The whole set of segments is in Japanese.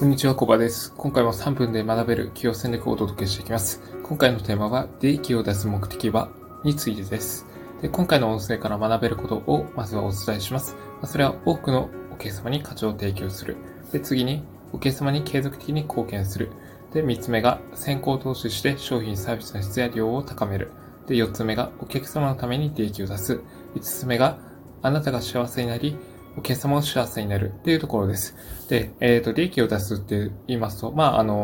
んにちは、コバです。今回も3分で学べる企業戦略をお届けしていきます。今回のテーマは、利益を出す目的はについてです。で、今回の音声から学べることをまずはお伝えします。それは多くのお客様に価値を提供する。で、次にお客様に継続的に貢献する。で、3つ目が先行投資して商品サービスの質や量を高める。で、4つ目がお客様のために利益を出す。5つ目があなたが幸せになり、お客様も幸せになるっていうところです。で、利益を出すって言いますと、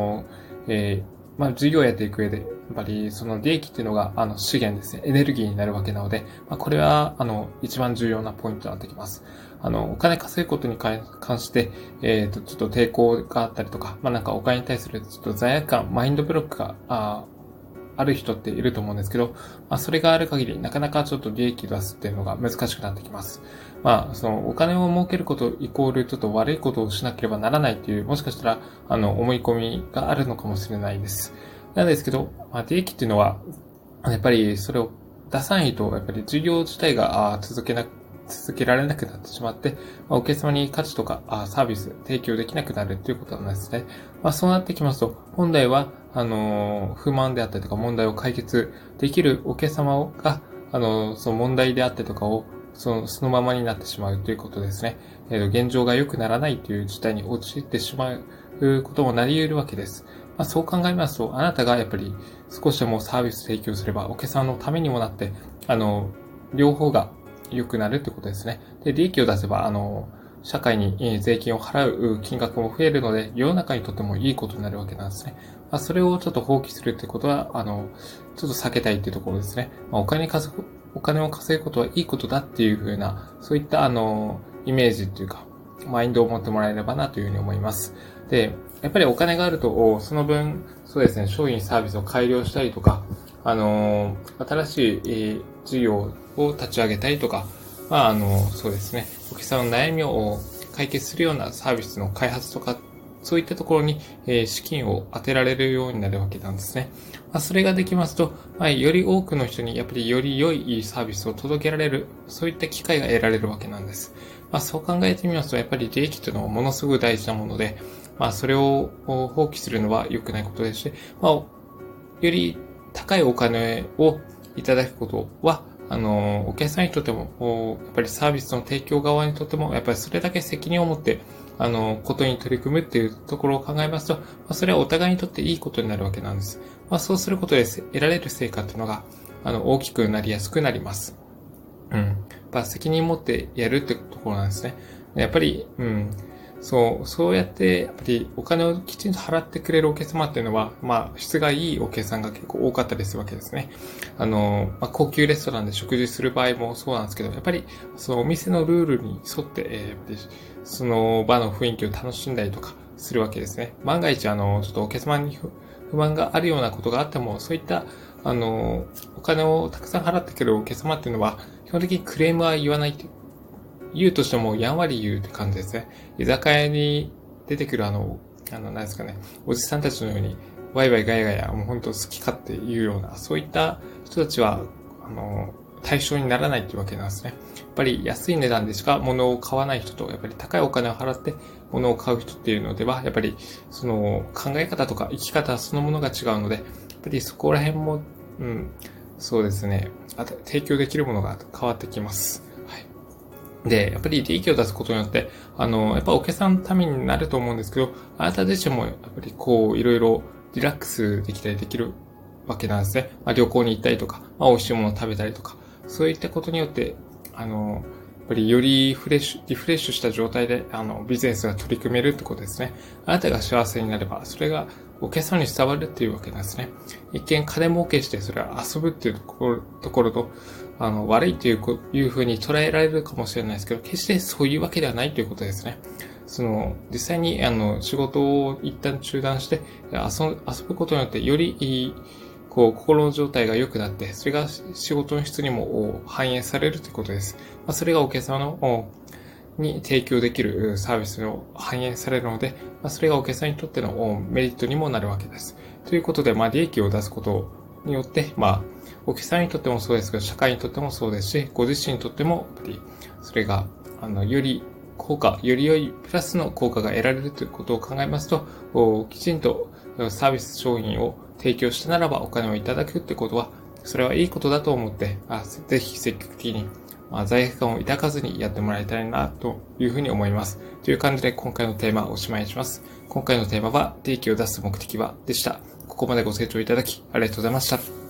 事業をやっていく上で、やっぱりその利益っていうのが、資源ですね、エネルギーになるわけなので、これは、一番重要なポイントになってきます。お金稼ぐことに関して、ちょっと抵抗があったりとか、お金に対するちょっと罪悪感、マインドブロックが、ある人っていると思うんですけど、それがある限り、なかなかちょっと利益を出すっていうのが難しくなってきます。そのお金を儲けることイコールちょっと悪いことをしなければならないっていう、もしかしたら、思い込みがあるのかもしれないです。なんですけど、利益っていうのは、やっぱりそれを出さないと、やっぱり事業自体が続けられなくなってしまって、お客様に価値とかサービス提供できなくなるということなんですね。そうなってきますと、本来は、不満であったりとか問題を解決できるお客様が、その問題であったりとかを、そのままになってしまうということですね。現状が良くならないという事態に陥ってしまうこともなり得るわけです。そう考えますと、あなたがやっぱり少しでもサービス提供すれば、お客さんのためにもなって、両方が良くなるということですね。で、利益を出せば、社会に税金を払う金額も増えるので、世の中にとってもいいことになるわけなんですね。それをちょっと放棄するということは、ちょっと避けたいというところですね。お金を稼ぐことはいいことだっていう風な、そういったイメージというか、マインドを持ってもらえればなというふうに思います。で、やっぱりお金があると、その分、そうですね、商品サービスを改良したりとか、新しい、事業を立ち上げたりとか、そうですね、お客さんの悩みを解決するようなサービスの開発とか、そういったところに、資金を当てられるようになるわけなんですね。それができますと、より多くの人にやっぱりより良いサービスを届けられる、そういった機会が得られるわけなんです。そう考えてみますと、やっぱり利益というのはものすごく大事なもので、それを放棄するのは良くないことですし、より高いお金をいただくことは、お客さんにとっても、やっぱりサービスの提供側にとっても、やっぱりそれだけ責任を持って、ことに取り組むっていうところを考えますと、それはお互いにとっていいことになるわけなんです。そうすることで得られる成果っていうのが、大きくなりやすくなります。責任を持ってやるってところなんですね。やっぱり、そうやって、やっぱりお金をきちんと払ってくれるお客様っていうのは、質がいいお客さんが結構多かったりするわけですね。高級レストランで食事する場合もそうなんですけど、やっぱり、そのお店のルールに沿って、その場の雰囲気を楽しんだりとかするわけですね。万が一、ちょっとお客様に不満があるようなことがあっても、そういった、お金をたくさん払ってくれるお客様っていうのは、基本的にクレームは言わないって言うとしてもやんわり言うって感じですね。居酒屋に出てくるなんですかね、おじさんたちのように、ワイワイガヤガヤ、もう本当好き勝手言うような、そういった人たちは、対象にならないっていうわけなんですね。やっぱり安い値段でしか物を買わない人と、やっぱり高いお金を払って物を買う人っていうのでは、やっぱりその考え方とか生き方そのものが違うので、やっぱりそこら辺も、そうですね、提供できるものが変わってきます。で、やっぱり利益を出すことによって、やっぱお客さんのためになると思うんですけど、あなた自身もやっぱりいろいろリラックスできたりできるわけなんですね。旅行に行ったりとか、美味しいものを食べたりとか、そういったことによって、やっぱりよりリフレッシュした状態で、ビジネスが取り組めるってことですね。あなたが幸せになれば、それがお客さんに伝わるっていうわけなんですね。一見金儲けして、それは遊ぶっていうところと、悪いというふうに捉えられるかもしれないですけど、決してそういうわけではないということですね。実際に、仕事を一旦中断して、遊ぶことによって、より、心の状態が良くなって、それが仕事の質にも反映されるということです。それがお客様に提供できるサービスを反映されるので、それがお客さんにとってのメリットにもなるわけです。ということで、利益を出すことによって、お客さんにとってもそうですけど、社会にとってもそうですし、ご自身にとっても、やっぱり、それが、より効果、より良いプラスの効果が得られるということを考えますと、きちんとサービス商品を提供したならばお金をいただくってことは、それはいいことだと思って、ぜひ積極的に、罪悪感を抱かずにやってもらいたいなというふうに思います。という感じで今回のテーマをおしまいにします。今回のテーマは、利益を出す目的はでした。ここまでご清聴いただきありがとうございました。